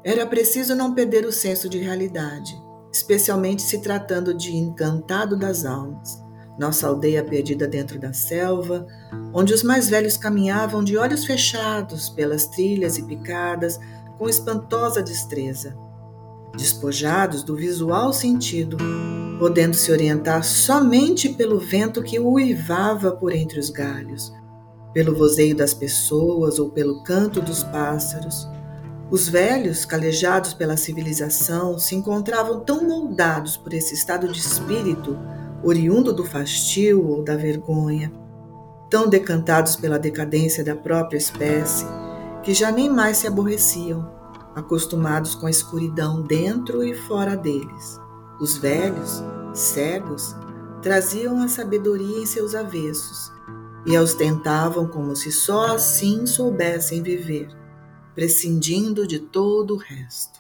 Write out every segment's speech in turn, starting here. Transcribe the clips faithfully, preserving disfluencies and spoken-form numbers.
Era preciso não perder o senso de realidade, especialmente se tratando de Encantado das Almas, nossa aldeia perdida dentro da selva, onde os mais velhos caminhavam de olhos fechados pelas trilhas e picadas com espantosa destreza, despojados do visual sentido, podendo se orientar somente pelo vento que uivava por entre os galhos, pelo vozeio das pessoas ou pelo canto dos pássaros. Os velhos, calejados pela civilização, se encontravam tão moldados por esse estado de espírito, oriundo do fastio ou da vergonha, tão decantados pela decadência da própria espécie, que já nem mais se aborreciam, acostumados com a escuridão dentro e fora deles. Os velhos, cegos, traziam a sabedoria em seus avessos e a ostentavam como se só assim soubessem viver, prescindindo de todo o resto.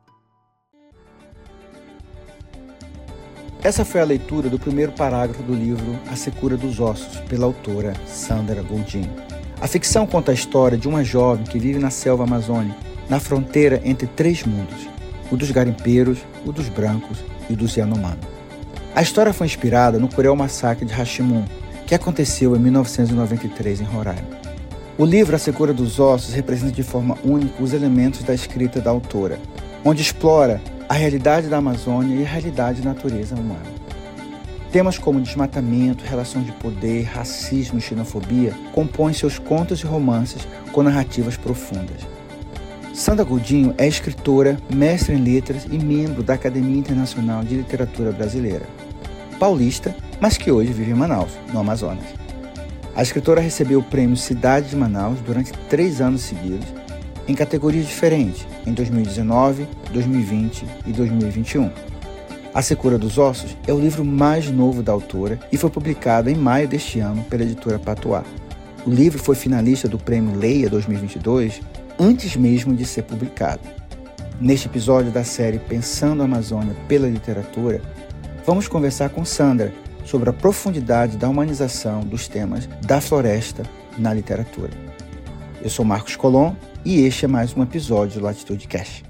Essa foi a leitura do primeiro parágrafo do livro A Secura dos Ossos, pela autora Sandra Goldin. A ficção conta a história de uma jovem que vive na selva amazônica, na fronteira entre três mundos, o dos garimpeiros, o dos brancos e o dos Yanomami. A história foi inspirada no cruel massacre de Rashomon, que aconteceu em mil novecentos e noventa e três em Roraima. O livro A Secura dos Ossos representa de forma única os elementos da escrita da autora, onde explora a realidade da Amazônia e a realidade da natureza humana. Temas como desmatamento, relação de poder, racismo e xenofobia compõem seus contos e romances com narrativas profundas. Sandra Goldin é escritora, mestre em letras e membro da Academia Internacional de Literatura Brasileira. Paulista, mas que hoje vive em Manaus, no Amazonas. A escritora recebeu o prêmio Cidade de Manaus durante três anos seguidos, em categorias diferentes, em dois mil e dezenove, dois mil e vinte e dois mil e vinte e um. A Secura dos Ossos é o livro mais novo da autora e foi publicado em maio deste ano pela editora Patuá. O livro foi finalista do Prêmio Leia dois mil e vinte e dois, antes mesmo de ser publicado. Neste episódio da série Pensando a Amazônia pela Literatura, vamos conversar com Sandra sobre a profundidade da humanização dos temas da floresta na literatura. Eu sou Marcos Colom e este é mais um episódio do Latitude Cast.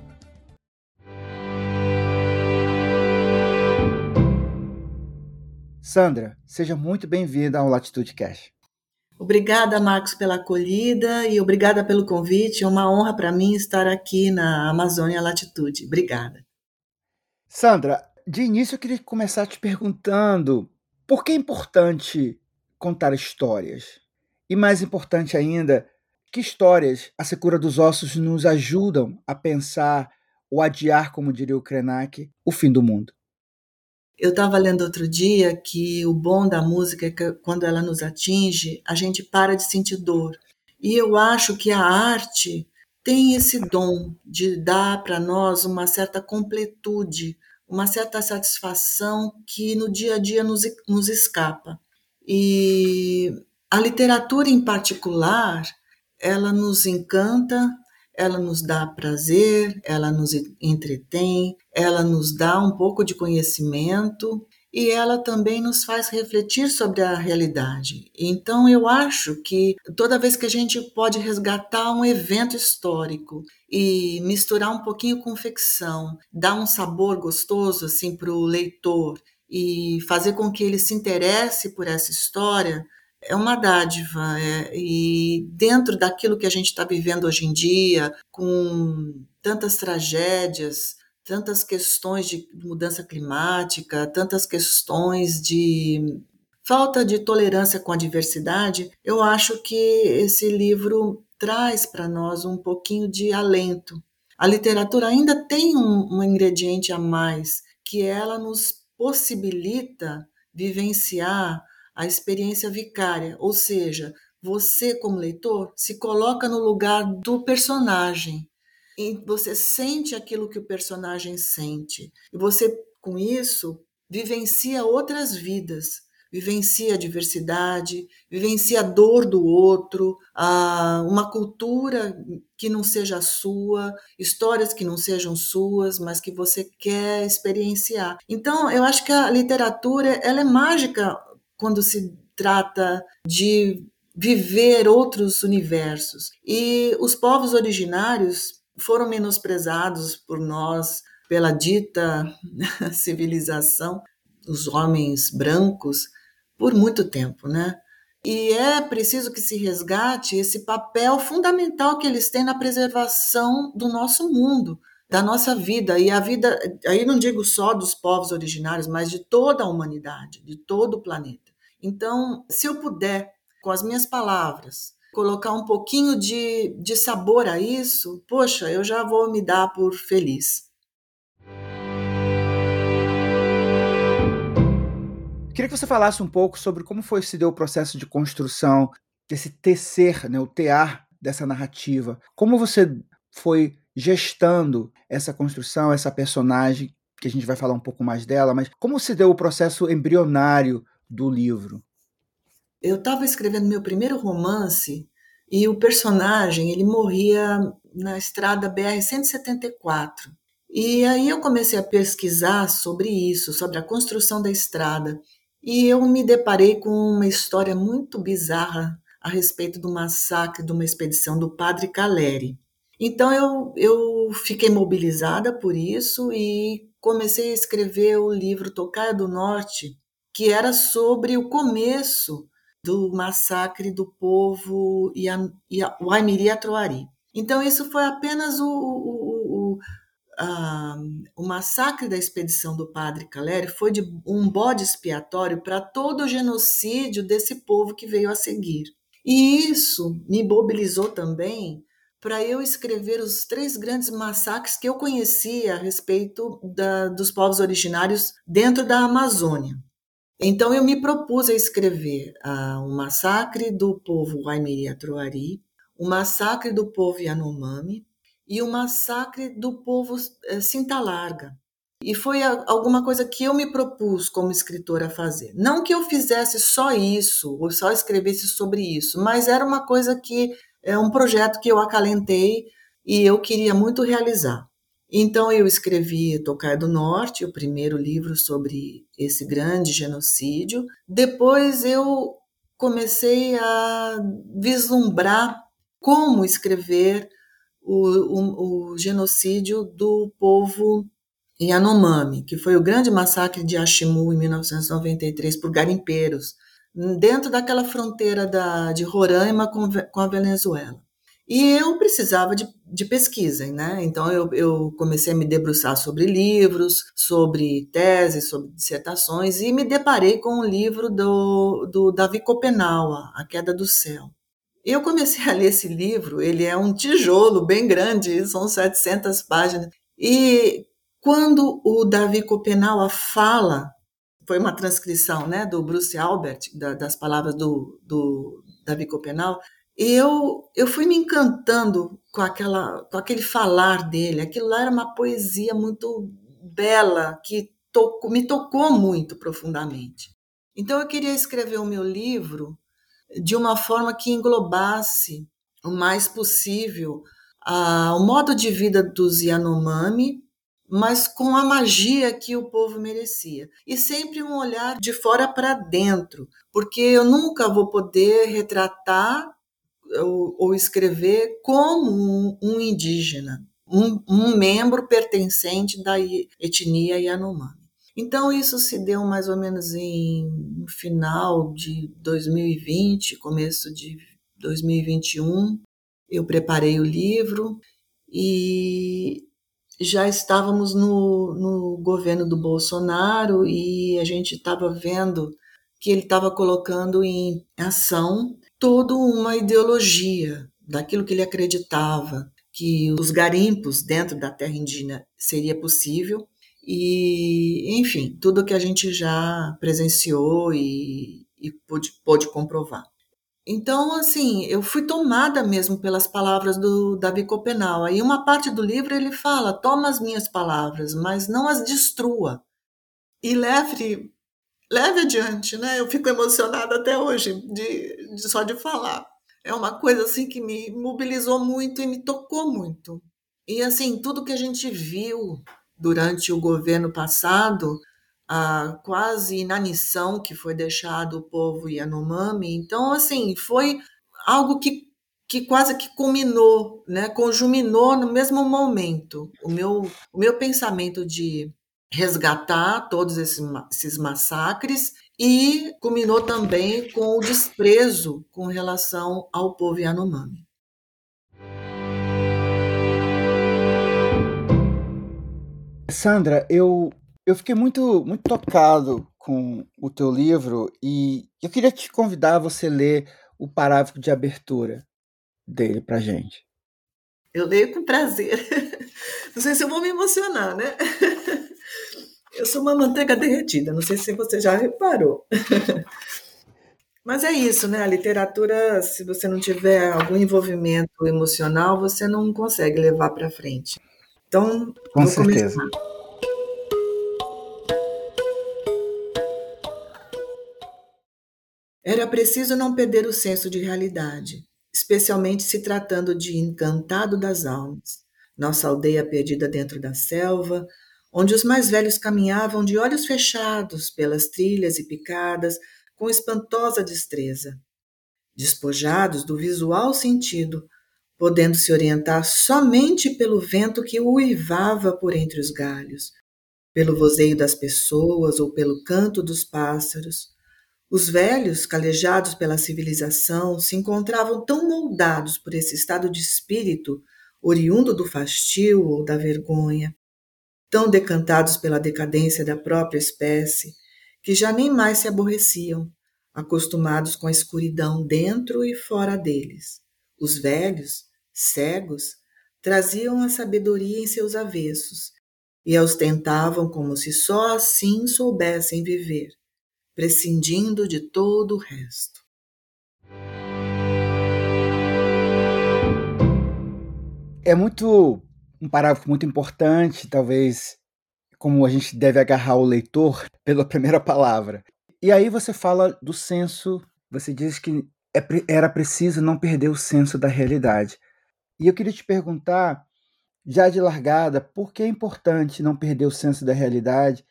Sandra, seja muito bem-vinda ao Latitude Cast. Obrigada, Marcos, pela acolhida e obrigada pelo convite. É uma honra para mim estar aqui na Amazônia Latitude. Obrigada. Sandra, de início eu queria começar te perguntando por que é importante contar histórias? E mais importante ainda, que histórias A Secura dos Ossos nos ajudam a pensar ou adiar, como diria o Krenak, o fim do mundo? Eu estava lendo outro dia que o bom da música é que quando ela nos atinge, a gente para de sentir dor. E eu acho que a arte tem esse dom de dar para nós uma certa completude, uma certa satisfação que no dia a dia nos, nos escapa. E a literatura em particular, ela nos encanta, ela nos dá prazer, ela nos entretém, ela nos dá um pouco de conhecimento e ela também nos faz refletir sobre a realidade. Então eu acho que toda vez que a gente pode resgatar um evento histórico e misturar um pouquinho com ficção, dar um sabor gostoso assim para o leitor e fazer com que ele se interesse por essa história, é uma dádiva, é, e dentro daquilo que a gente está vivendo hoje em dia, com tantas tragédias, tantas questões de mudança climática, tantas questões de falta de tolerância com a diversidade, eu acho que esse livro traz para nós um pouquinho de alento. A literatura ainda tem um, um ingrediente a mais, que ela nos possibilita vivenciar a experiência vicária, ou seja, você como leitor se coloca no lugar do personagem e você sente aquilo que o personagem sente e você com isso vivencia outras vidas, vivencia a diversidade, vivencia a dor do outro, a uma cultura que não seja sua, histórias que não sejam suas, mas que você quer experienciar. Então, eu acho que a literatura ela é mágica quando se trata de viver outros universos. E os povos originários foram menosprezados por nós, pela dita civilização, os homens brancos, por muito tempo, né? E é preciso que se resgate esse papel fundamental que eles têm na preservação do nosso mundo, da nossa vida, e a vida, aí não digo só dos povos originários, mas de toda a humanidade, de todo o planeta. Então, se eu puder, com as minhas palavras, colocar um pouquinho de, de sabor a isso, poxa, eu já vou me dar por feliz. Queria que você falasse um pouco sobre como foi se deu o processo de construção, esse tecer, né, o tear dessa narrativa. Como você foi gestando essa construção, essa personagem, que a gente vai falar um pouco mais dela, mas como se deu o processo embrionário do livro? Eu estava escrevendo meu primeiro romance e o personagem, ele morria na estrada B R cento e setenta e quatro. E aí eu comecei a pesquisar sobre isso, sobre a construção da estrada. E eu me deparei com uma história muito bizarra a respeito do massacre de uma expedição do Padre Caleri. Então eu, eu fiquei mobilizada por isso e comecei a escrever o livro Tocaia do Norte, que era sobre o começo do massacre do povo Waimiri Atoari. Então isso foi apenas o, o, o, a, o massacre da expedição do Padre Caleri foi de um bode expiatório para todo o genocídio desse povo que veio a seguir. E isso me mobilizou também para eu escrever os três grandes massacres que eu conhecia a respeito da, dos povos originários dentro da Amazônia. Então eu me propus a escrever uh, o massacre do povo Waimiri Atoari, o massacre do povo Yanomami e o massacre do povo uh, Sintalarga. E foi a, alguma coisa que eu me propus como escritora a fazer. Não que eu fizesse só isso, ou só escrevesse sobre isso, mas era uma coisa que, é um projeto que eu acalentei e eu queria muito realizar. Então eu escrevi Tocaia do Norte, o primeiro livro sobre esse grande genocídio. Depois eu comecei a vislumbrar como escrever o, o, o genocídio do povo Yanomami, que foi o grande massacre de Ashimu em mil novecentos e noventa e três por garimpeiros, dentro daquela fronteira da, de Roraima com, com a Venezuela. E eu precisava de, de pesquisa, né? Então eu, eu comecei a me debruçar sobre livros, sobre teses, sobre dissertações, e me deparei com um livro do, do Davi Kopenawa, A Queda do Céu. Eu comecei a ler esse livro, ele é um tijolo bem grande, são setecentas páginas, e quando o Davi Kopenawa fala, foi uma transcrição, né, do Bruce Albert, da, das palavras do, do Davi Kopenawa, eu, eu fui me encantando com, aquela, com aquele falar dele. Aquilo lá era uma poesia muito bela, que tocou, me tocou muito profundamente. Então eu queria escrever o meu livro de uma forma que englobasse o mais possível ah, o modo de vida dos Yanomami, mas com a magia que o povo merecia. E sempre um olhar de fora para dentro, porque eu nunca vou poder retratar ou, ou escrever como um, um indígena, um, um membro pertencente da etnia Yanomami. Então isso se deu mais ou menos em no final de dois mil e vinte, começo de dois mil e vinte e um. Eu preparei o livro e já estávamos no, no governo do Bolsonaro e a gente estava vendo que ele estava colocando em ação toda uma ideologia daquilo que ele acreditava, que os garimpos dentro da terra indígena seria possível e, enfim, tudo que a gente já presenciou e, e pôde, pôde comprovar. Então, assim, eu fui tomada mesmo pelas palavras do Davi Kopenawa. E uma parte do livro ele fala, toma as minhas palavras, mas não as destrua. E leve, leve adiante, né? Eu fico emocionada até hoje de, de só de falar. É uma coisa assim que me mobilizou muito e me tocou muito. E assim, tudo que a gente viu durante o governo passado, a quase inanição que foi deixado o povo Yanomami. Então, assim, foi algo que, que quase que culminou, né, conjuminou no mesmo momento o meu, o meu pensamento de resgatar todos esses, esses massacres e culminou também com o desprezo com relação ao povo Yanomami. Sandra, eu, eu fiquei muito, muito tocado com o teu livro e eu queria te convidar a você ler o parágrafo de abertura dele pra gente. Eu leio com prazer. Não sei se eu vou me emocionar, né? Eu sou uma manteiga derretida, não sei se você já reparou. Mas é isso, né? A literatura, se você não tiver algum envolvimento emocional, você não consegue levar para frente. Então, Com vou começar. certeza. Era preciso não perder o senso de realidade, especialmente se tratando de Encantado das Almas, nossa aldeia perdida dentro da selva, onde os mais velhos caminhavam de olhos fechados pelas trilhas e picadas com espantosa destreza, despojados do visual sentido, podendo se orientar somente pelo vento que uivava por entre os galhos, pelo vozeio das pessoas ou pelo canto dos pássaros. Os velhos, calejados pela civilização, se encontravam tão moldados por esse estado de espírito, oriundo do fastio ou da vergonha, tão decantados pela decadência da própria espécie, que já nem mais se aborreciam, acostumados com a escuridão dentro e fora deles. Os velhos, cegos, traziam a sabedoria em seus avessos e a ostentavam como se só assim soubessem viver, prescindindo de todo o resto. É muito um parágrafo muito importante, talvez como a gente deve agarrar o leitor pela primeira palavra. E aí você fala do senso, você diz que é, era preciso não perder o senso da realidade. E eu queria te perguntar, já de largada, por que é importante não perder o senso da realidade?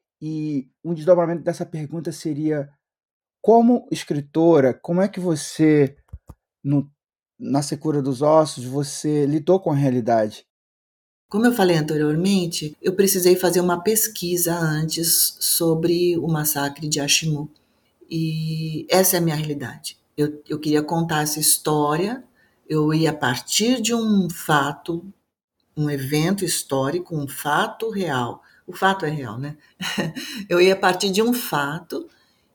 E um desdobramento dessa pergunta seria, como escritora, como é que você, no, na Secura dos Ossos, você lidou com a realidade? Como eu falei anteriormente, eu precisei fazer uma pesquisa antes sobre o massacre de Ashimou. E essa é a minha realidade. Eu, eu queria contar essa história, eu ia partir de um fato, um evento histórico, um fato real. O fato é real, né? Eu ia partir de um fato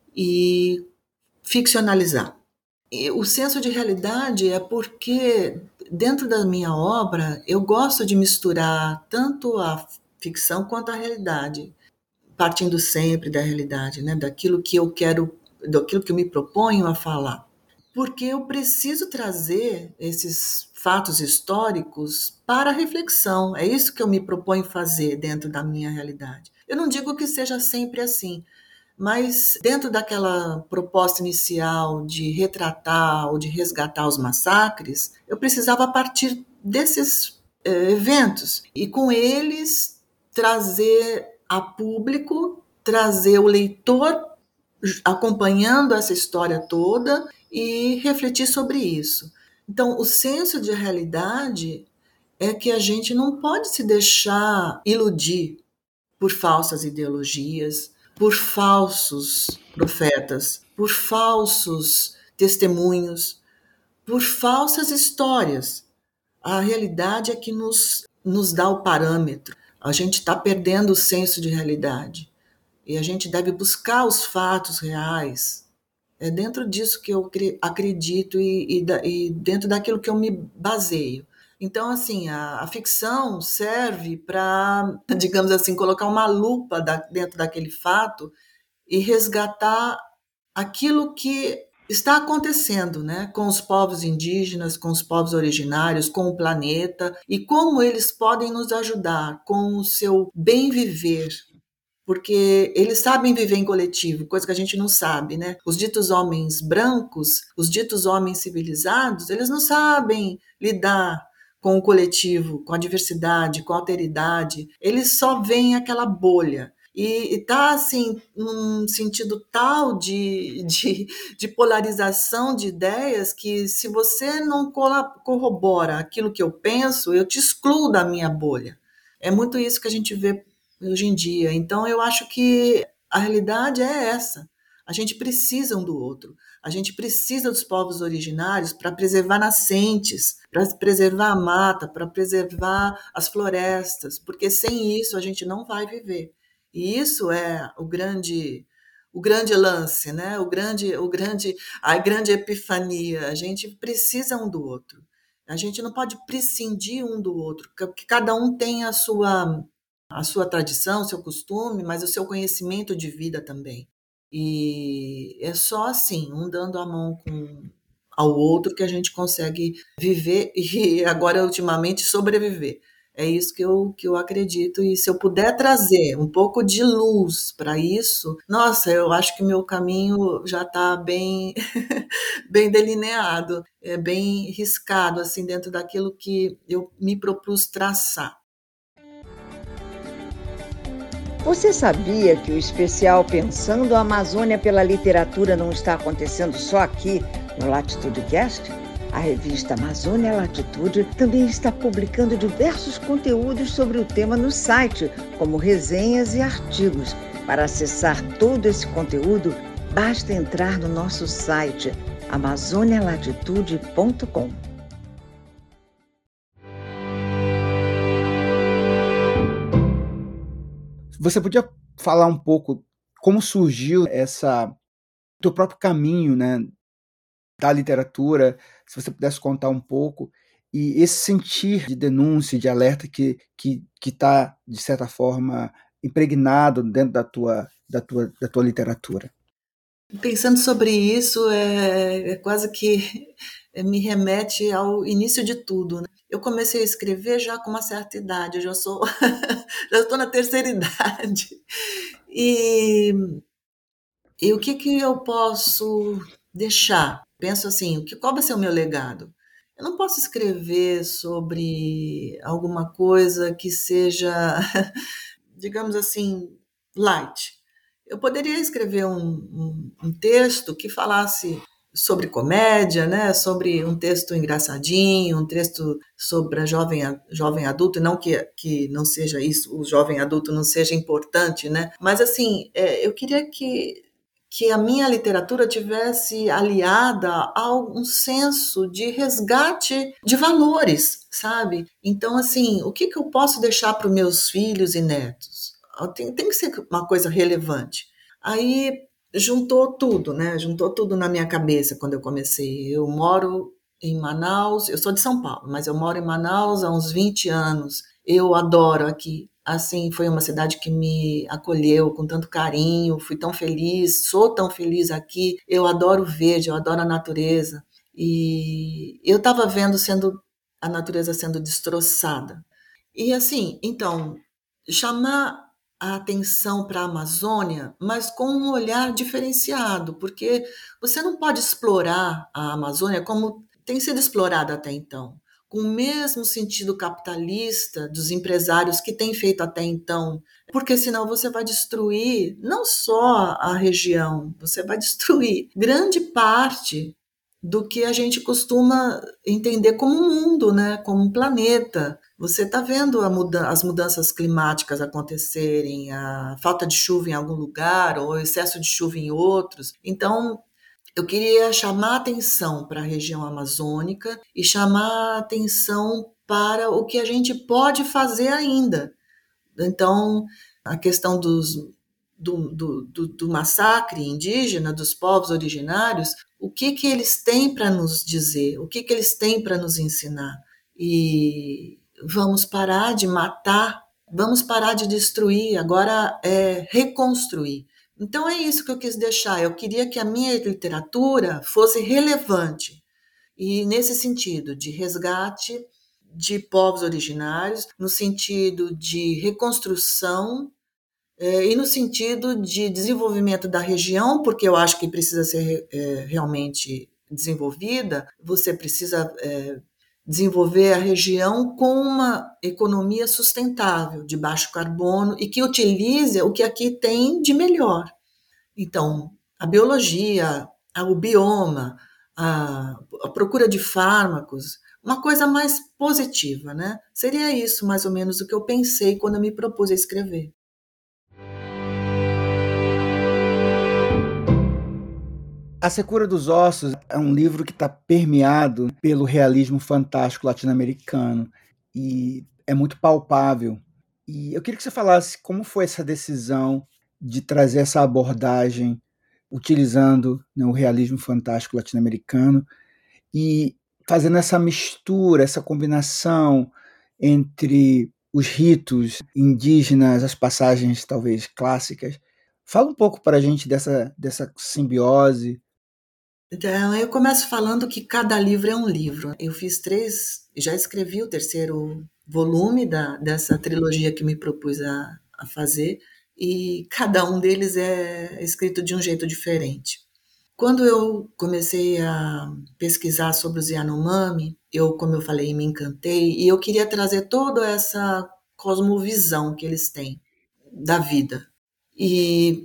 e ficcionalizar. E o senso de realidade é porque, dentro da minha obra, eu gosto de misturar tanto a ficção quanto a realidade, partindo sempre da realidade, né? Daquilo que eu quero, daquilo que eu me proponho a falar. Porque eu preciso trazer esses fatos históricos para a reflexão. É isso que eu me proponho fazer dentro da minha realidade. Eu não digo que seja sempre assim, mas dentro daquela proposta inicial de retratar ou de resgatar os massacres, eu precisava partir desses eh, eventos e com eles trazer a público, trazer o leitor acompanhando essa história toda e refletir sobre isso. Então, o senso de realidade é que a gente não pode se deixar iludir por falsas ideologias, por falsos profetas, por falsos testemunhos, por falsas histórias. A realidade é que nos, nos dá o parâmetro. A gente está perdendo o senso de realidade. E a gente deve buscar os fatos reais. É dentro disso que eu acredito e, e, da, e dentro daquilo que eu me baseio. Então, assim, a, a ficção serve para, digamos assim, colocar uma lupa da, dentro daquele fato e resgatar aquilo que está acontecendo, né, com os povos indígenas, com os povos originários, com o planeta, e como eles podem nos ajudar com o seu bem viver, porque eles sabem viver em coletivo, coisa que a gente não sabe, né? Os ditos homens brancos, os ditos homens civilizados, eles não sabem lidar com o coletivo, com a diversidade, com a alteridade. Eles só veem aquela bolha. E está, assim, num sentido tal de, de, de polarização de ideias que, se você não corrobora aquilo que eu penso, eu te excluo da minha bolha. É muito isso que a gente vê hoje em dia. Então, eu acho que a realidade é essa. A gente precisa um do outro. A gente precisa dos povos originários para preservar nascentes, para preservar a mata, para preservar as florestas, porque sem isso a gente não vai viver. E isso é o grande o grande lance, né? O grande o grande a grande epifania. A gente precisa um do outro. A gente não pode prescindir um do outro, porque cada um tem a sua a sua tradição, o seu costume, mas o seu conhecimento de vida também. E é só assim, um dando a mão com ao outro, que a gente consegue viver e agora ultimamente sobreviver. É isso que eu, que eu acredito, e se eu puder trazer um pouco de luz para isso, nossa, eu acho que meu caminho já está bem, bem delineado, é bem riscado, assim, dentro daquilo que eu me propus traçar. Você sabia que o especial Pensando a Amazônia pela Literatura não está acontecendo só aqui no Latitude Cast? A revista Amazônia Latitude também está publicando diversos conteúdos sobre o tema no site, como resenhas e artigos. Para acessar todo esse conteúdo, basta entrar no nosso site amazônia latitude ponto com. Você podia falar um pouco como surgiu essa teu próprio caminho, né, da literatura, se você pudesse contar um pouco, e esse sentir de denúncia, de alerta que que que está, de certa forma, impregnado dentro da tua da tua da tua literatura. Pensando sobre isso, é, é quase que me remete ao início de tudo, né? Eu comecei a escrever já com uma certa idade, eu já sou, já estou na terceira idade. E, e o que, que eu posso deixar? Penso assim, o que, qual vai ser o meu legado? Eu não posso escrever sobre alguma coisa que seja, digamos assim, light. Eu poderia escrever um, um, um texto que falasse sobre comédia, né? Sobre um texto engraçadinho, um texto sobre a jovem, jovem adulto, não que, que não seja isso, o jovem adulto não seja importante, né? Mas, assim, é, eu queria que, que a minha literatura tivesse aliada a um senso de resgate de valores, sabe? Então, assim, o que, que eu posso deixar para os meus filhos e netos? Tem, tem que ser uma coisa relevante. Aí juntou tudo, né? Juntou tudo na minha cabeça quando eu comecei. Eu moro em Manaus, eu sou de São Paulo, mas eu moro em Manaus há uns vinte anos. Eu adoro aqui. Assim, foi uma cidade que me acolheu com tanto carinho, fui tão feliz, sou tão feliz aqui. Eu adoro o verde, eu adoro a natureza. E eu estava vendo sendo a natureza sendo destroçada. E assim, então, chamar a atenção para a Amazônia, mas com um olhar diferenciado, porque você não pode explorar a Amazônia como tem sido explorada até então, com o mesmo sentido capitalista dos empresários que têm feito até então, porque senão você vai destruir não só a região, você vai destruir grande parte do que a gente costuma entender como um mundo, né? Como um planeta. Você está vendo a muda- as mudanças climáticas acontecerem, a falta de chuva em algum lugar, ou excesso de chuva em outros. Então, eu queria chamar atenção para a região amazônica e chamar atenção para o que a gente pode fazer ainda. Então, a questão dos, do, do, do, do massacre indígena, dos povos originários, o que, que eles têm para nos dizer, o que, que eles têm para nos ensinar. E vamos parar de matar, vamos parar de destruir, agora é reconstruir. Então é isso que eu quis deixar. Eu queria que a minha literatura fosse relevante, e nesse sentido de resgate de povos originários, no sentido de reconstrução é, e no sentido de desenvolvimento da região, porque eu acho que precisa ser é, realmente desenvolvida. Você precisa é, desenvolver a região com uma economia sustentável, de baixo carbono e que utilize o que aqui tem de melhor. Então, a biologia, o bioma, a, a procura de fármacos, uma coisa mais positiva, né? Seria isso, mais ou menos, o que eu pensei quando eu me propus a escrever. A Secura dos Ossos é um livro que está permeado pelo realismo fantástico latino-americano e é muito palpável. E eu queria que você falasse como foi essa decisão de trazer essa abordagem utilizando, né, o realismo fantástico latino-americano e fazendo essa mistura, essa combinação entre os ritos indígenas, as passagens talvez clássicas. Fala um pouco para a gente dessa, dessa simbiose. Então, eu começo falando que cada livro é um livro. Eu fiz três, já escrevi o terceiro volume da, dessa trilogia que me propus a, a fazer, e cada um deles é escrito de um jeito diferente. Quando eu comecei a pesquisar sobre os Yanomami, eu, como eu falei, me encantei, e eu queria trazer toda essa cosmovisão que eles têm da vida. E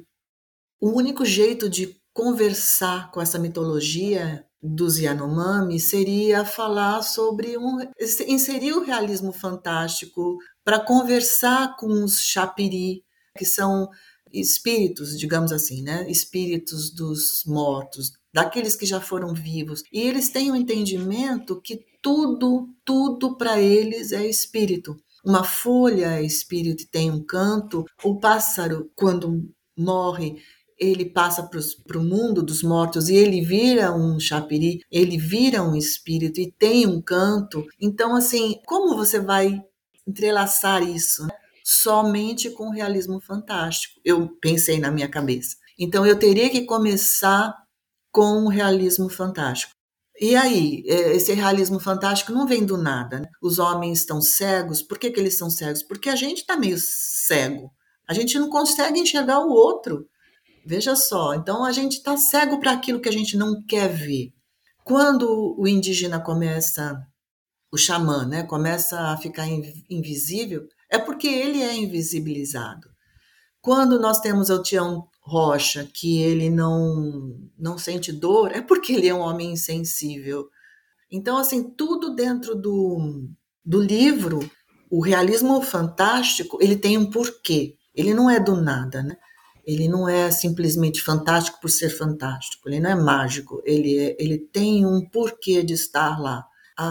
o único jeito de conversar com essa mitologia dos Yanomami seria falar sobre um, inserir o realismo fantástico para conversar com os Chapiri, que são espíritos, digamos assim, né? Espíritos dos mortos, daqueles que já foram vivos. E eles têm o um entendimento que tudo, tudo para eles é espírito. Uma folha é espírito e tem um canto. O pássaro, quando morre, ele passa para o mundo dos mortos e ele vira um chapiri, ele vira um espírito e tem um canto. Então, assim, como você vai entrelaçar isso, né? Somente com o realismo fantástico? Eu pensei na minha cabeça. Então, eu teria que começar com o realismo fantástico. E aí, esse realismo fantástico não vem do nada, né? Os homens estão cegos. Por que que eles são cegos? Porque a gente está meio cego. A gente não consegue enxergar o outro. Veja só, então a gente está cego para aquilo que a gente não quer ver. Quando o indígena começa, o xamã, né, começa a ficar invisível, é porque ele é invisibilizado. Quando nós temos o Tião Rocha, que ele não, não sente dor, é porque ele é um homem insensível. Então, assim, tudo dentro do, do livro, o realismo fantástico, ele tem um porquê. Ele não é do nada, né? Ele não é simplesmente fantástico por ser fantástico, ele não é mágico, ele, é, ele tem um porquê de estar lá.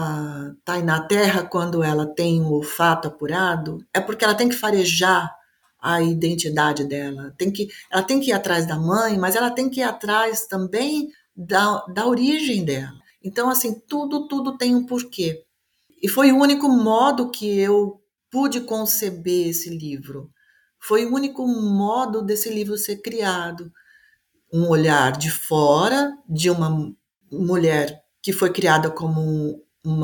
A Tainá Terra, quando ela tem o olfato apurado, é porque ela tem que farejar a identidade dela. Tem que, ela tem que ir atrás da mãe, mas ela tem que ir atrás também da, da origem dela. Então, assim, tudo, tudo tem um porquê. E foi o único modo que eu pude conceber esse livro. Foi o único modo desse livro ser criado. Um olhar de fora, de uma mulher que foi criada como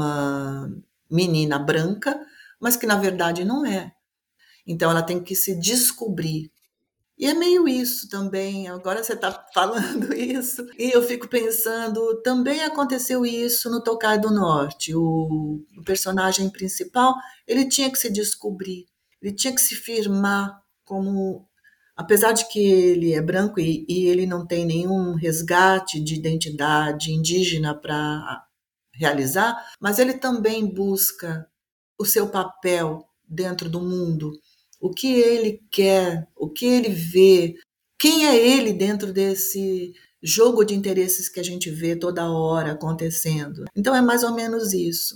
uma menina branca, mas que na verdade não é. Então ela tem que se descobrir. E é meio isso também, agora você está falando isso, e eu fico pensando, também aconteceu isso no Tocar do Norte. O, o personagem principal, ele tinha que se descobrir, ele tinha que se firmar como, apesar de que ele é branco e, e ele não tem nenhum resgate de identidade indígena para realizar, mas ele também busca o seu papel dentro do mundo, o que ele quer, o que ele vê, quem é ele dentro desse jogo de interesses que a gente vê toda hora acontecendo. Então é mais ou menos isso.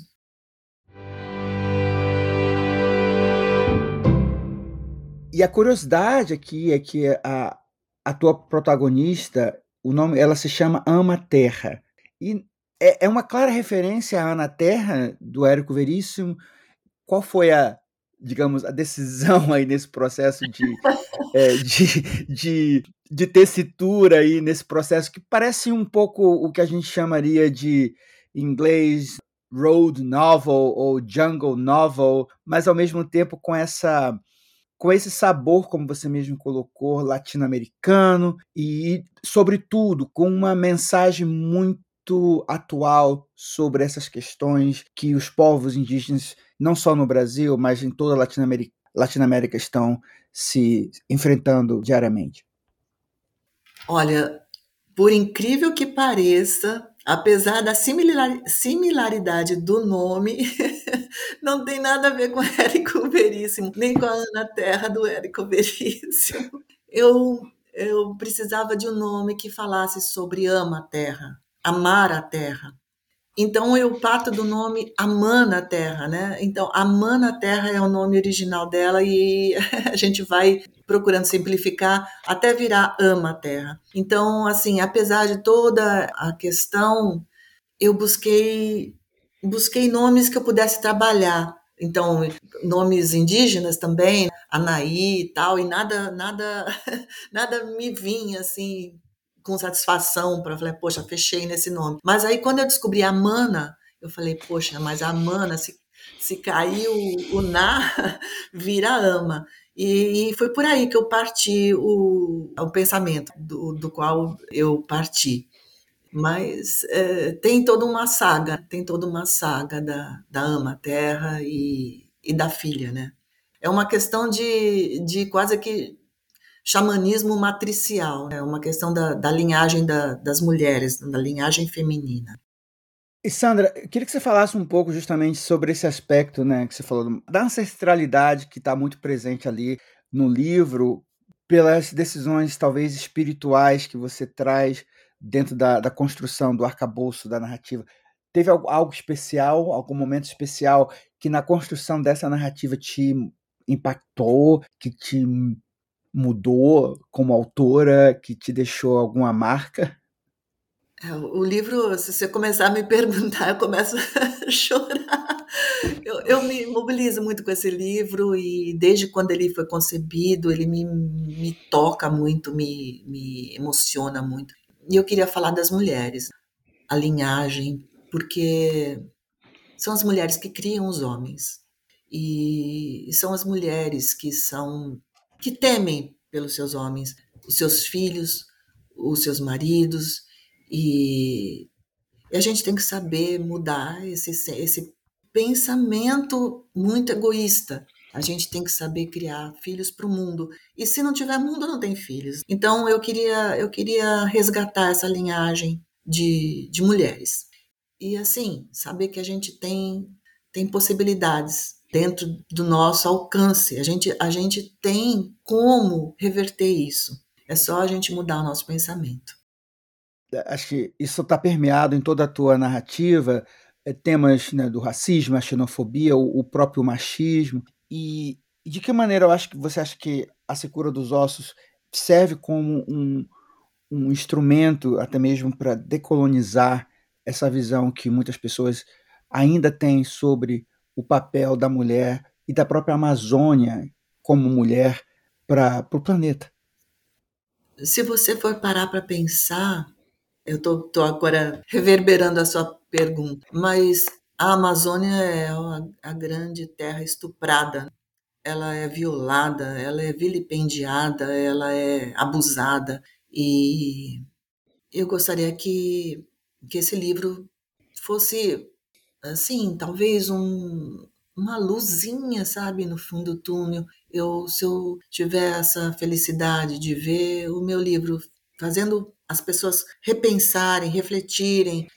E a curiosidade aqui é que a, a tua protagonista, o nome, ela se chama Ama Terra. E é, é uma clara referência à Ana Terra, do Érico Veríssimo. Qual foi a, digamos, a decisão aí nesse processo de, é, de, de, de tessitura aí, nesse processo que parece um pouco o que a gente chamaria de, em inglês, road novel ou jungle novel, mas ao mesmo tempo com essa... com esse sabor, como você mesmo colocou, latino-americano e, sobretudo, com uma mensagem muito muito atual sobre essas questões que os povos indígenas, não só no Brasil, mas em toda a Latinoamérica, Latinoamérica estão se enfrentando diariamente? Olha, por incrível que pareça, apesar da similar- similaridade do nome, não tem nada a ver com Érico Veríssimo, nem com a Ana Terra do Érico Veríssimo. Eu, eu precisava de um nome que falasse sobre ama a terra, amar a terra. Então eu parto do nome Amana Terra, né? Então Amana Terra é o nome original dela e a gente vai procurando simplificar até virar Ama Terra. Então, assim, apesar de toda a questão, eu busquei busquei nomes que eu pudesse trabalhar. Então, nomes indígenas também, Anaí e tal, e nada nada nada me vinha assim com satisfação para falar, poxa, fechei nesse nome. Mas aí quando eu descobri a Mana, eu falei, poxa, mas a Mana, se, se caiu o Na, vira Ama. E, e foi por aí que eu parti o, o pensamento do, do qual eu parti. Mas é, tem toda uma saga, tem toda uma saga da, da Ama Terra e, e da filha, né? É uma questão de, de quase que xamanismo matricial, é uma questão da, da linhagem da, das mulheres, da linhagem feminina. E Sandra, eu queria que você falasse um pouco justamente sobre esse aspecto, né, que você falou, da ancestralidade que está muito presente ali no livro, pelas decisões talvez espirituais que você traz dentro da, da construção do arcabouço da narrativa. Teve algo, algo especial, algum momento especial que na construção dessa narrativa te impactou, que te mudou como autora, que te deixou alguma marca? É, o livro, se você começar a me perguntar, eu começo a chorar. Eu, eu me mobilizo muito com esse livro e desde quando ele foi concebido, ele me, me toca muito, me, me emociona muito. E eu queria falar das mulheres, a linhagem, porque são as mulheres que criam os homens e são as mulheres que são que temem pelos seus homens, os seus filhos, os seus maridos e, e a gente tem que saber mudar esse esse pensamento muito egoísta. A gente tem que saber criar filhos para o mundo. E se não tiver mundo, não tem filhos. Então eu queria eu queria resgatar essa linhagem de, de mulheres. E assim, saber que a gente tem, tem possibilidades dentro do nosso alcance. A gente, a gente tem como reverter isso. É só a gente mudar o nosso pensamento. Acho que isso está permeado em toda a tua narrativa, é, temas, né, do racismo, a xenofobia, o, o próprio machismo. E de que maneira eu acho que você acha que a Secura dos Ossos serve como um, um instrumento até mesmo para decolonizar essa visão que muitas pessoas ainda têm sobre o papel da mulher e da própria Amazônia como mulher para o planeta? Se você for parar para pensar, eu estou agora reverberando a sua pergunta, mas a Amazônia é a, a grande terra estuprada. Ela é violada, ela é vilipendiada, ela é abusada. E eu gostaria que, que esse livro fosse, assim, talvez um, uma luzinha, sabe, no fundo do túnel. Eu, se eu tiver essa felicidade de ver o meu livro fazendo as pessoas repensarem, refletirem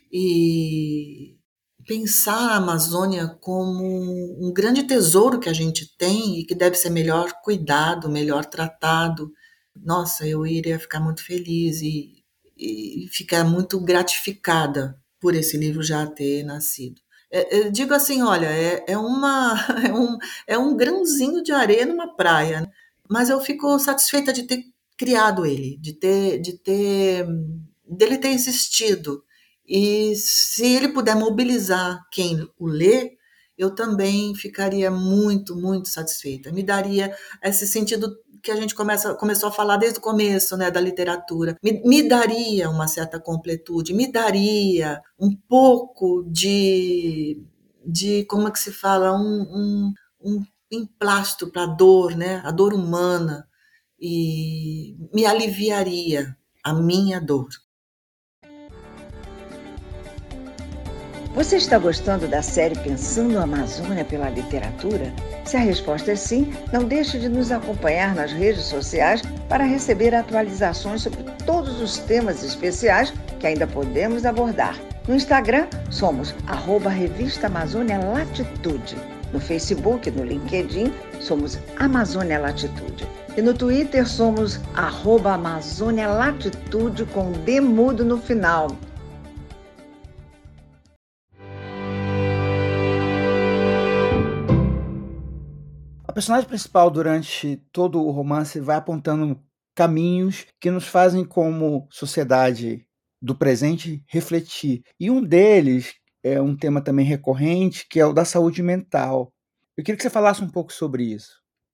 e pensar a Amazônia como um grande tesouro que a gente tem e que deve ser melhor cuidado, melhor tratado. Nossa, eu iria ficar muito feliz e, e ficar muito gratificada por esse livro já ter nascido. É, eu digo assim, olha, é, é, uma, é, um, é um grãozinho de areia numa praia, né? Mas eu fico satisfeita de ter criado ele, de ter, de ter, dele ter existido. E se ele puder mobilizar quem o lê, eu também ficaria muito, muito satisfeita. Me daria esse sentido que a gente começa, começou a falar desde o começo, né, da literatura. Me, me daria uma certa completude, me daria um pouco de, de como é que se fala, um, um, um emplasto para a dor, né, a dor humana, e me aliviaria a minha dor. Você está gostando da série Pensando a Amazônia pela Literatura? Se a resposta é sim, não deixe de nos acompanhar nas redes sociais para receber atualizações sobre todos os temas especiais que ainda podemos abordar. No Instagram, somos arroba Revista Amazônia Latitude. No Facebook e no LinkedIn, somos Amazônia Latitude. E no Twitter, somos arroba Amazônia Latitude com D mudo no final. A personagem principal, durante todo o romance, vai apontando caminhos que nos fazem, como sociedade do presente, refletir. E um deles é um tema também recorrente, que é o da saúde mental. Eu queria que você falasse um pouco sobre isso.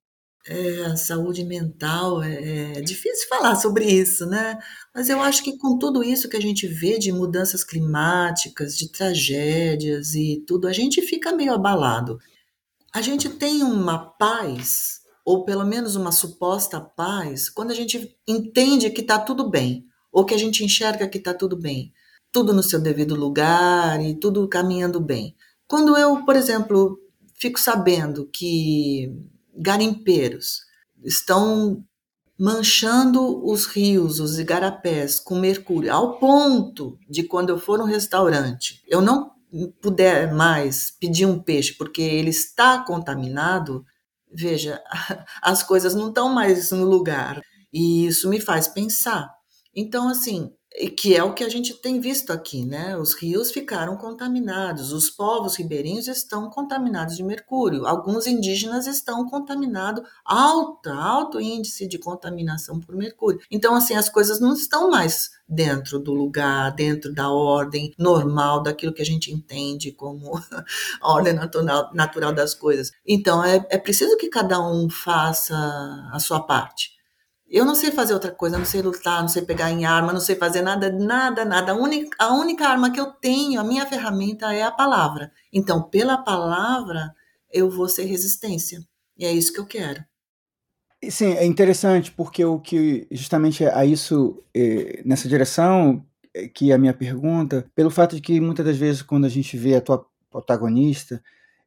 É, a saúde mental, é, é difícil falar sobre isso, né? Mas eu acho que com tudo isso que a gente vê de mudanças climáticas, de tragédias e tudo, a gente fica meio abalado. A gente tem uma paz, ou pelo menos uma suposta paz, quando a gente entende que está tudo bem, ou que a gente enxerga que está tudo bem, tudo no seu devido lugar e tudo caminhando bem. Quando eu, por exemplo, fico sabendo que garimpeiros estão manchando os rios, os igarapés com mercúrio, ao ponto de quando eu for num restaurante, eu não puder mais pedir um peixe porque ele está contaminado, veja, as coisas não estão mais no lugar. E isso me faz pensar. Então, assim, que é o que a gente tem visto aqui, né? Os rios ficaram contaminados, os povos ribeirinhos estão contaminados de mercúrio, alguns indígenas estão contaminados, alta, alto índice de contaminação por mercúrio. Então, assim, as coisas não estão mais dentro do lugar, dentro da ordem normal, daquilo que a gente entende como a ordem natural, natural das coisas. Então, é, é preciso que cada um faça a sua parte. Eu não sei fazer outra coisa, não sei lutar, não sei pegar em arma, não sei fazer nada, nada, nada. A única, a única arma que eu tenho, a minha ferramenta é a palavra. Então, pela palavra, eu vou ser resistência. E é isso que eu quero. Sim, é interessante, porque o que justamente a isso, é, nessa direção, é, que é a minha pergunta, pelo fato de que muitas das vezes, quando a gente vê a tua protagonista,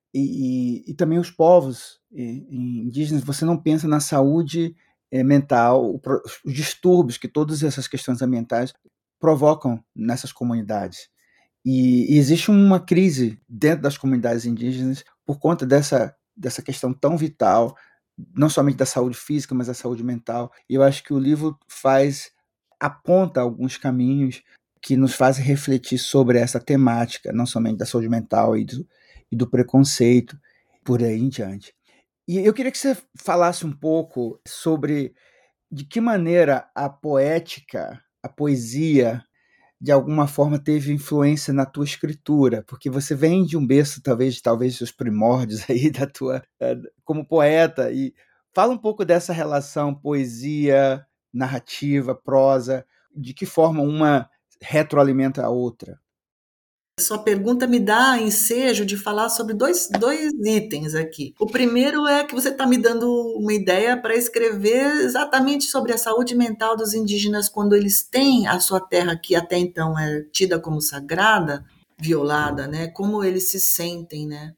e, e, e também os povos e, indígenas, você não pensa na saúde é, mental, os distúrbios que todas essas questões ambientais provocam nessas comunidades. E, e existe uma crise dentro das comunidades indígenas por conta dessa, dessa questão tão vital, não somente da saúde física, mas da saúde mental. E eu acho que o livro faz, aponta alguns caminhos que nos fazem refletir sobre essa temática, não somente da saúde mental e do, e do preconceito, por aí em diante. E eu queria que você falasse um pouco sobre de que maneira a poética, a poesia, de alguma forma teve influência na tua escritura, porque você vem de um berço, talvez, talvez os primórdios aí da tua, como poeta, e fala um pouco dessa relação poesia, narrativa, prosa, de que forma uma retroalimenta a outra. Sua pergunta me dá ensejo de falar sobre dois, dois itens aqui. O primeiro é que você está me dando uma ideia para escrever exatamente sobre a saúde mental dos indígenas quando eles têm a sua terra, que até então é tida como sagrada, violada, né? Como eles se sentem, né?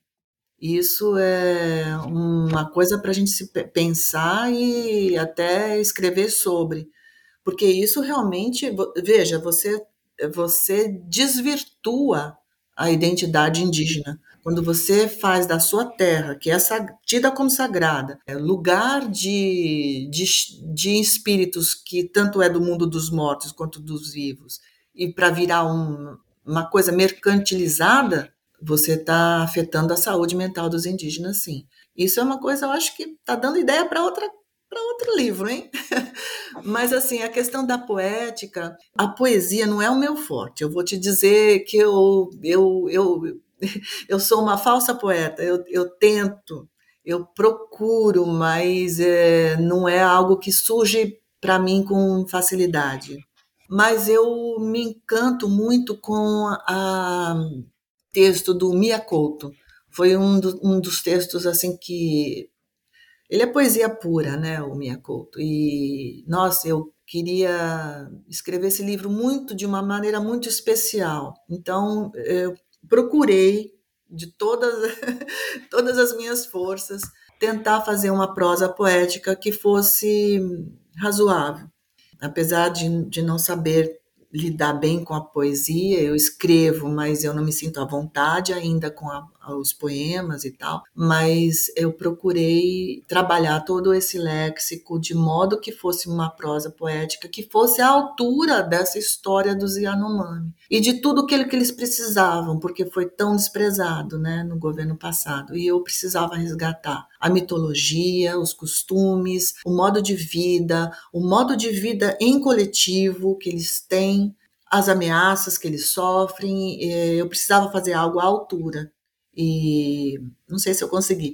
Isso é uma coisa para a gente se pensar e até escrever sobre. Porque isso realmente, veja, você você desvirtua a identidade indígena. Quando você faz da sua terra, que é tida como sagrada, é lugar de, de, de espíritos que tanto é do mundo dos mortos quanto dos vivos, e para virar um, uma coisa mercantilizada, você está afetando a saúde mental dos indígenas, sim. Isso é uma coisa, eu acho que está dando ideia para outra para outro livro, hein? Mas, assim, a questão da poética, a poesia não é o meu forte. Eu vou te dizer que eu, eu, eu, eu sou uma falsa poeta. Eu, eu tento, eu procuro, mas é, não é algo que surge para mim com facilidade. Mas eu me encanto muito com o texto do Mia Couto. Foi um, do, um dos textos assim que ele é poesia pura, né, o Mia Couto. E, nossa, eu queria escrever esse livro muito, de uma maneira muito especial. Então, eu procurei, de todas, todas as minhas forças, tentar fazer uma prosa poética que fosse razoável. Apesar de, de não saber lidar bem com a poesia, eu escrevo, mas eu não me sinto à vontade ainda com a, os poemas e tal, mas eu procurei trabalhar todo esse léxico de modo que fosse uma prosa poética, que fosse à altura dessa história dos Yanomami e de tudo aquilo que eles precisavam, porque foi tão desprezado, né, no governo passado, e eu precisava resgatar a mitologia, os costumes, o modo de vida, o modo de vida em coletivo que eles têm, as ameaças que eles sofrem. Eu precisava fazer algo à altura. E não sei se eu consegui.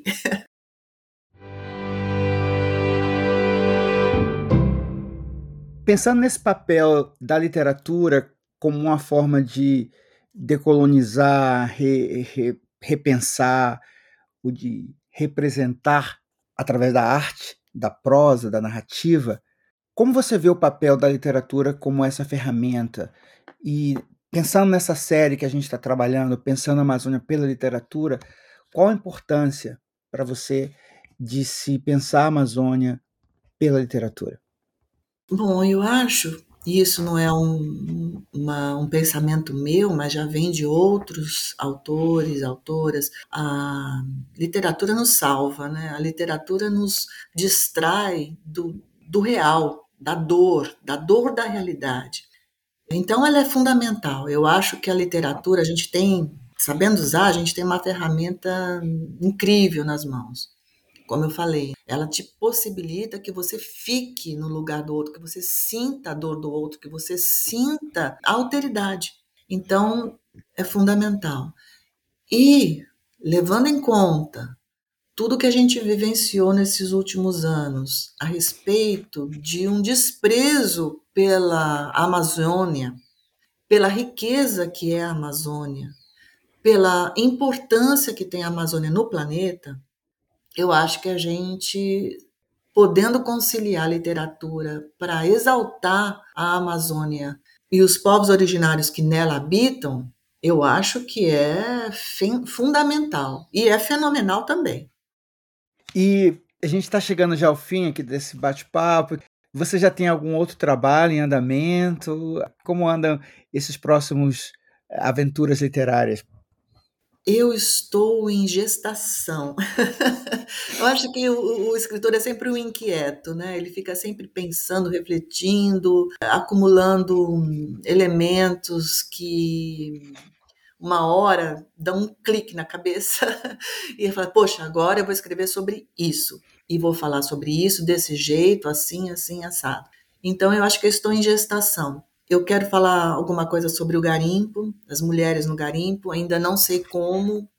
Pensando nesse papel da literatura como uma forma de decolonizar, re, re, repensar, o de representar através da arte, da prosa, da narrativa, como você vê o papel da literatura como essa ferramenta? E pensando nessa série que a gente está trabalhando, pensando a Amazônia pela literatura, qual a importância para você de se pensar a Amazônia pela literatura? Bom, eu acho, e isso não é um, uma, um pensamento meu, mas já vem de outros autores, autoras, a literatura nos salva, né? A literatura nos distrai do, do real, da dor, da dor da realidade. Então, ela é fundamental. Eu acho que a literatura, a gente tem, sabendo usar, a gente tem uma ferramenta incrível nas mãos. Como eu falei, ela te possibilita que você fique no lugar do outro, que você sinta a dor do outro, que você sinta a alteridade. Então, é fundamental. E, levando em conta tudo que a gente vivenciou nesses últimos anos a respeito de um desprezo pela Amazônia, pela riqueza que é a Amazônia, pela importância que tem a Amazônia no planeta, eu acho que a gente, podendo conciliar a literatura para exaltar a Amazônia e os povos originários que nela habitam, eu acho que é fundamental e é fenomenal também. E a gente está chegando já ao fim aqui desse bate-papo. Você já tem algum outro trabalho em andamento? Como andam esses próximos aventuras literárias? Eu estou em gestação. Eu acho que o, o escritor é sempre um inquieto, né? Ele fica sempre pensando, refletindo, acumulando elementos que uma hora dão um clique na cabeça e ele fala, poxa, agora eu vou escrever sobre isso e vou falar sobre isso desse jeito, assim, assim, assado. Então eu acho que eu estou em gestação. Eu quero falar alguma coisa sobre o garimpo, as mulheres no garimpo, ainda não sei como,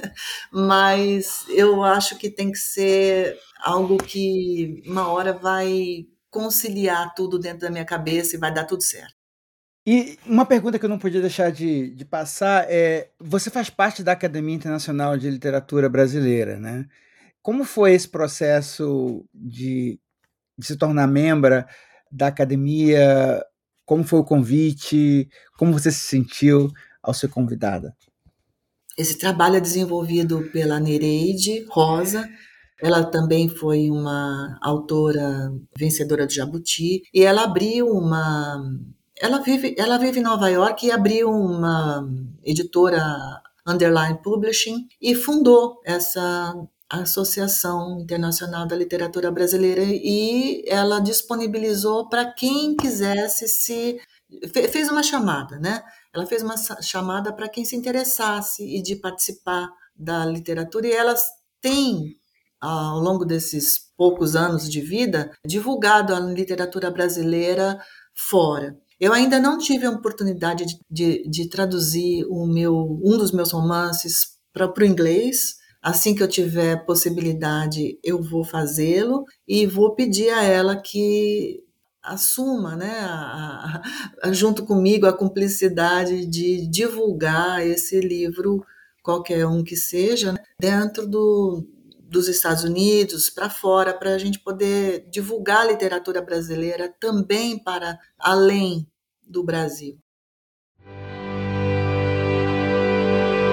mas eu acho que tem que ser algo que uma hora vai conciliar tudo dentro da minha cabeça e vai dar tudo certo. E uma pergunta que eu não podia deixar de, de passar é: você faz parte da Academia Internacional de Literatura Brasileira, né? Como foi esse processo de, de se tornar membra da academia? Como foi o convite? Como você se sentiu ao ser convidada? Esse trabalho é desenvolvido pela Nereide Rosa. Ela também foi uma autora vencedora do Jabuti e ela abriu uma ela vive ela vive em Nova York e abriu uma editora Underline Publishing e fundou essa Associação Internacional da Literatura Brasileira e ela disponibilizou para quem quisesse se fez uma chamada, né? Ela fez uma chamada para quem se interessasse e de participar da literatura e elas têm ao longo desses poucos anos de vida, divulgado a literatura brasileira fora. Eu ainda não tive a oportunidade de, de, de traduzir o meu, um dos meus romances para o inglês. Assim que eu tiver possibilidade, eu vou fazê-lo e vou pedir a ela que assuma, né, a, a, junto comigo, a cumplicidade de divulgar esse livro, qualquer um que seja, né, dentro do, dos Estados Unidos para fora, para a gente poder divulgar a literatura brasileira também para além do Brasil.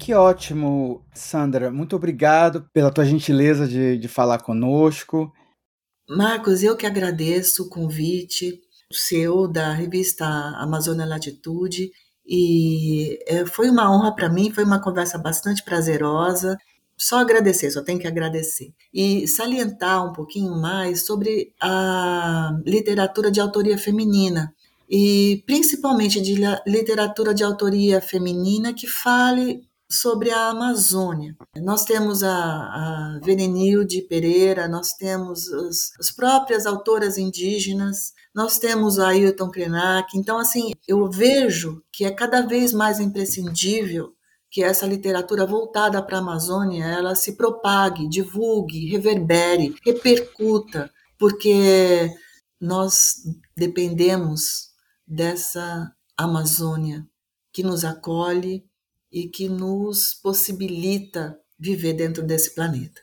Que ótimo, Sandra. Muito obrigado pela tua gentileza de, de falar conosco. Marcos, eu que agradeço o convite, o seu da revista Amazônia Latitude, e é, foi uma honra para mim, foi uma conversa bastante prazerosa. Só agradecer, só tenho que agradecer. E salientar um pouquinho mais sobre a literatura de autoria feminina, e principalmente de literatura de autoria feminina que fale sobre a Amazônia. Nós temos a, a Verenilde Pereira, nós temos as, as próprias autoras indígenas, nós temos a Ailton Krenak. Então, assim, eu vejo que é cada vez mais imprescindível que essa literatura voltada para a Amazônia, ela se propague, divulgue, reverbere, repercuta, porque nós dependemos dessa Amazônia que nos acolhe e que nos possibilita viver dentro desse planeta.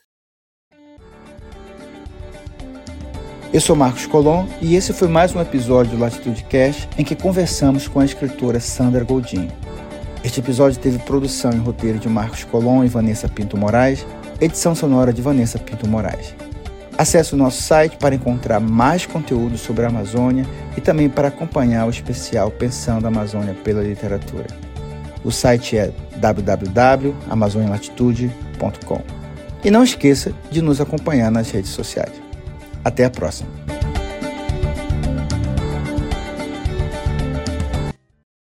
Eu sou Marcos Colom e esse foi mais um episódio do Latitude Cast em que conversamos com a escritora Sandra Goldin. Este episódio teve produção e roteiro de Marcos Colom e Vanessa Pinto Moraes, edição sonora de Vanessa Pinto Moraes. Acesse o nosso site para encontrar mais conteúdo sobre a Amazônia e também para acompanhar o especial Pensando a Amazônia pela Literatura. O site é w w w ponto amazônia latitude ponto com. E não esqueça de nos acompanhar nas redes sociais. Até a próxima!